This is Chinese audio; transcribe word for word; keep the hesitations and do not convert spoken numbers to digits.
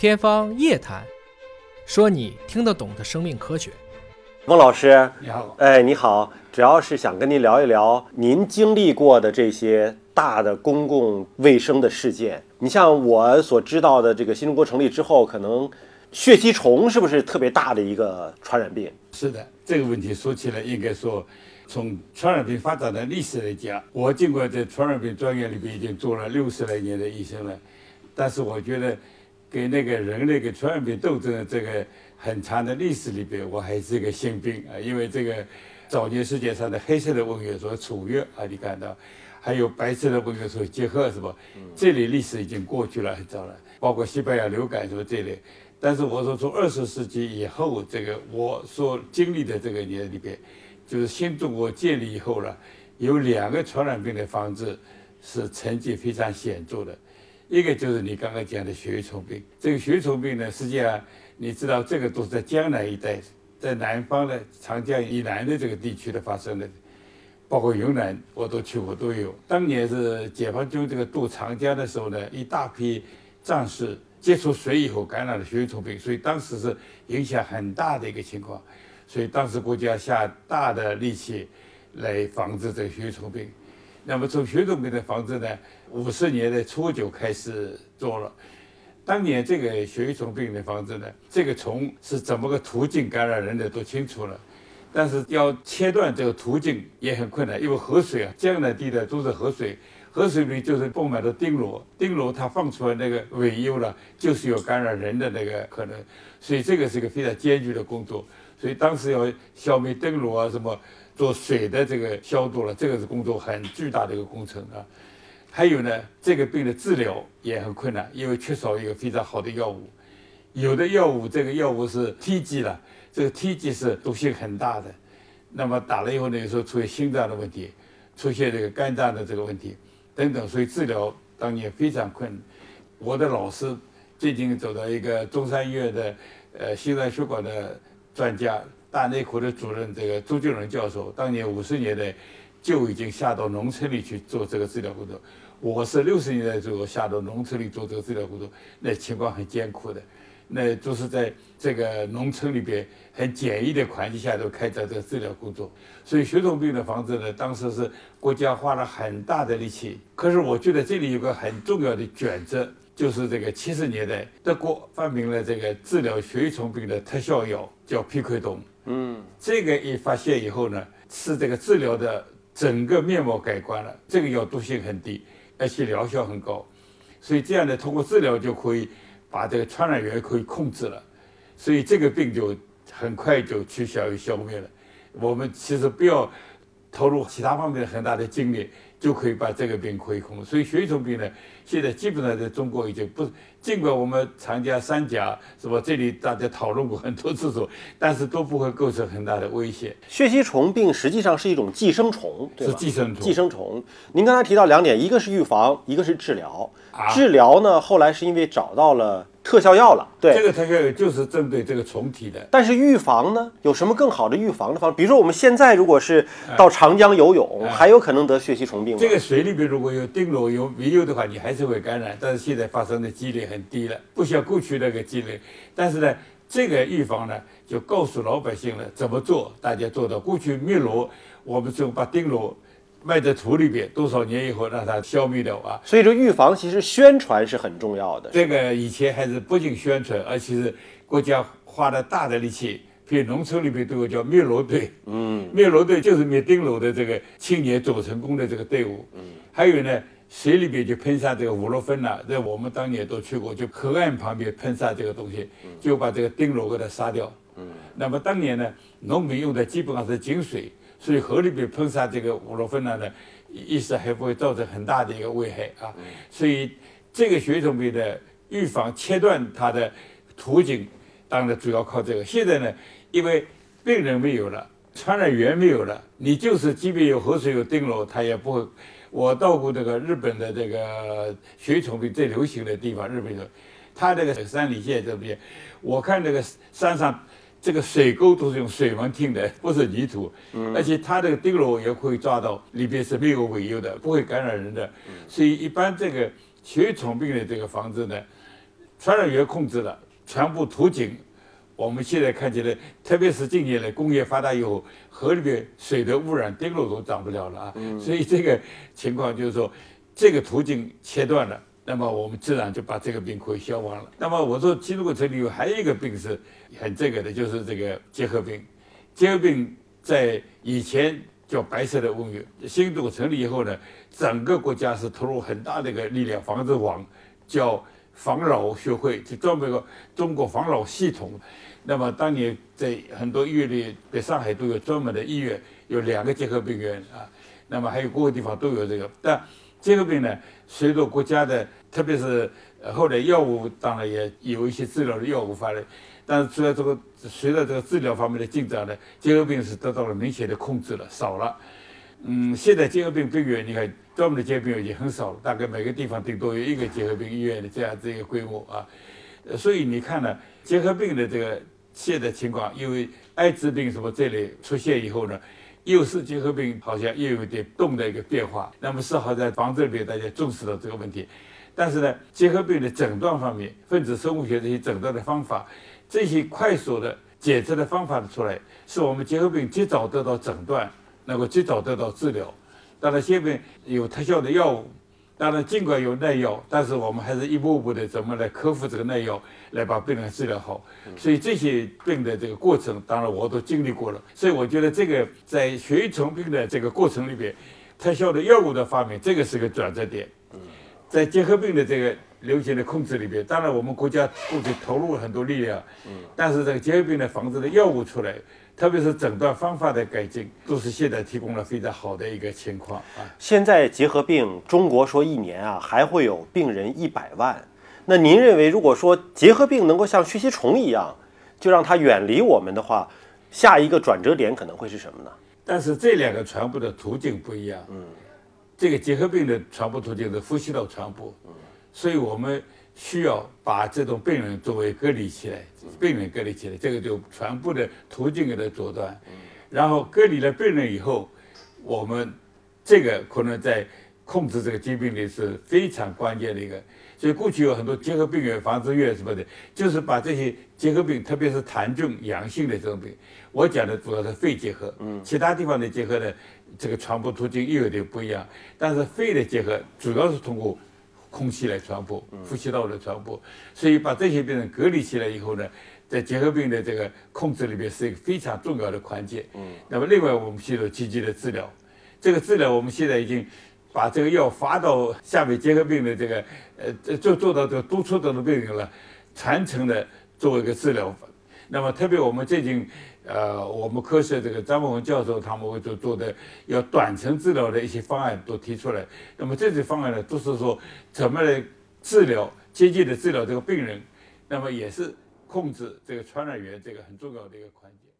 天方夜谭，说你听得懂的生命科学。 翁老师， 你好。 哎，你好，主要是想跟您聊一聊您经历过的这些大的公共卫生的事件。你像我所知道的，这个新中国成立之后，可能血吸虫是不是特别大的一个传染病？ 是的，这个问题说起来，应该说从传染病发展的历史来讲，我尽管在传染病专业里边已经做了六十来年的医生了，但是我觉得给那个人类跟传染病斗争的这个很长的历史里边，我还是一个新兵啊，因为这个早年世界上的黑色的瘟疫所楚越啊，你看到，还有白色的瘟疫所结合是吧？这类历史已经过去了很早了，包括西班牙流感什么这类。但是我说从二十世纪以后，这个我所经历的这个年里边，就是新中国建立以后了，有两个传染病的防治是成绩非常显著的。一个就是你刚刚讲的血液虫病，这个血液虫病呢，实际上你知道这个都是在江南一带，在南方的长江以南的这个地区的发生的，包括云南我都去过都有。当年是解放军这个渡长江的时候呢，一大批战士接触水以后感染了血液虫病，所以当时是影响很大的一个情况，所以当时国家下大的力气来防治这个血液虫病。那么从血液虫病的防治呢，五十年代初就开始做了。当年这个血液虫病的防治呢，这个虫是怎么个途径感染人的都清楚了，但是要切断这个途径也很困难，因为河水啊，江南地带都是河水，河水里就是布满了钉螺，钉螺它放出来那个尾油了，就是有感染人的那个可能，所以这个是个非常艰巨的工作。所以当时要消灭钉螺啊，什么做水的这个消毒了，这个是工作很巨大的一个工程啊。还有呢，这个病的治疗也很困难，因为缺少一个非常好的药物。有的药物，这个药物是 T G 了，这个 T G 是毒性很大的，那么打了以后呢，有时候出现心脏的问题，出现这个肝脏的这个问题等等，所以治疗当年非常困难。我的老师最近走到一个中山医院的呃心脏血管的专家，大内科的主任这个朱俊仁教授，当年五十年代就已经下到农村里去做这个治疗工作。我是六十年代左右下到农村里做这个治疗工作，那情况很艰苦的，那就是在这个农村里边很简易的环境下都开展这个治疗工作。所以血虫病的防治呢，当时是国家花了很大的力气。可是我觉得这里有个很重要的转折，就是这个七十年代德国发明了这个治疗血液虫病的特效药，叫吡喹酮。嗯，这个一发现以后呢，使这个治疗的整个面貌改观了。这个药毒性很低，而且疗效很高，所以这样的通过治疗就可以把这个传染源可以控制了，所以这个病就很快就取消与消灭了。我们其实不要投入其他方面很大的精力，就可以把这个病可以控制。所以血液虫病呢，现在基本上在中国已经不，尽管我们长江三甲是吧，这里大家讨论过很多次数，但是都不会构成很大的威胁。 血吸虫病实际上是一种寄生虫，对吧？ 是寄生虫。 寄生虫。您刚才提到两点，一个是预防，一个是治疗。 啊、 治疗呢，后来是因为找到了特效药了，对， 这个特效药就是针对这个虫体的。 但是预防呢，有什么更好的预防的方法？比如说我们现在如果是到长江游泳，哎、还有可能得血吸虫病吗？ 这个水里边如果有钉螺、有尾油的话，你还是会感染，但是现在发生的几率很低了，不像过去那个几率。但是呢，这个预防呢，就告诉老百姓了怎么做，大家做到。过去灭螺，我们就把钉螺埋在土里边，多少年以后让它消灭掉啊。 所以这预防其实宣传是很重要的。 这个以前还是不仅宣传，而且是国家花了大的力气，比如农村里面都有叫灭螺队，嗯，灭螺队就是灭钉螺的这个青年走成功的这个队伍，嗯，还有呢，水里边就喷洒这个五氯芬了，这我们当年都去过，就河岸旁边喷洒这个东西，就把这个钉螺给它杀掉，嗯，那么当年呢，农民用的基本上是井水。所以河里边喷洒这个五氯芬呢，一时还不会造成很大的一个危害啊。所以这个血液虫病的预防，切断它的途径，当然主要靠这个。现在呢，因为病人没有了，传染源没有了，你就是即便有河水有钉螺，它也不会。我到过这个日本的这个血液虫病最流行的地方，日本的，它这个山里县这边，我看这个山上。这个水沟都是用水门汀的，不是泥土，嗯、而且它这个钉螺也会抓到，里边是没有尾油的，不会感染人的。嗯、所以一般这个血液虫病的这个防治呢， 传染源控制了，全部途径，我们现在看起来，特别是近年来工业发达以后，河里面水的污染丁螺都长不了了啊，嗯、所以这个情况就是说，这个途径切断了，那么我们自然就把这个病可以消亡了。那么我说新中国成立以后还有一个病是很这个的，就是这个结核病。结核病在以前叫白色的瘟疫，新中国成立以后呢，整个国家是投入很大的一个力量防治网，叫防老学会，就专门一个中国防老系统。那么当年在很多医院里，在上海都有专门的医院，有两个结核病院啊。那么还有各个地方都有这个。但结核病呢，随着国家的，特别是后来药物，当然也有一些治疗的药物发来。但是随着这个随着这个治疗方面的进展呢，结核病是得到了明显的控制了，少了。嗯，现在结核病病院，你看专门的结核病院已经很少了，大概每个地方顶多有一个结核病医院的这样子一个规模啊。所以你看呢，结核病的这个现在情况，因为艾滋病什么这类出现以后呢，又是结核病好像又有点动的一个变化。那么是好在防治里面大家重视到这个问题，但是呢，结核病的诊断方面，分子生物学这些诊断的方法。这些快速的检测的方法的出来，是我们结核病及早得到诊断，能够及早得到治疗。当然，现在有特效的药物，当然尽管有耐药，但是我们还是一步步的怎么来克服这个耐药，来把病人治疗好。所以这些病的这个过程，当然我都经历过了。所以我觉得这个在血液虫病的这个过程里边，特效的药物的发明，这个是个转折点。在结核病的这个流行的控制里边，当然我们国家过去投入了很多力量，但是这个结核病的防治的药物出来，特别是诊断方法的改进，都是现在提供了非常好的一个情况啊。 现在结核病，中国说一年啊还会有病人一百万，那您认为，如果说结核病能够像血吸虫一样，就让它远离我们的话，下一个转折点可能会是什么呢？ 但是这两个传播的途径不一样，嗯。这个结核病的传播途径是呼吸道传播，所以我们需要把这种病人作为隔离起来，病人隔离起来，这个就传播的途径给它阻断。然后隔离了病人以后，我们这个可能在控制这个疾病里是非常关键的一个。所以过去有很多结核病院、防治院什么的，就是把这些结核病，特别是痰菌阳性的这种病，我讲的主要是肺结核，嗯，其他地方的结核呢，这个传播途径又有点不一样。但是肺的结核主要是通过空气来传播，呼吸道的传播，所以把这些病人隔离起来以后呢，在结核病的这个控制里面是一个非常重要的关键。嗯，那么另外我们需要积极的治疗，这个治疗我们现在已经把这个药发到下面结核病的这个呃做做到这个督促到的病人了，传承的作为一个治疗法。那么特别我们最近呃我们科室这个张文宏教授他们会做做的要短程治疗的一些方案都提出来。那么这些方案呢，都是说怎么来治疗接近的治疗这个病人，那么也是控制这个传染源这个很重要的一个环节。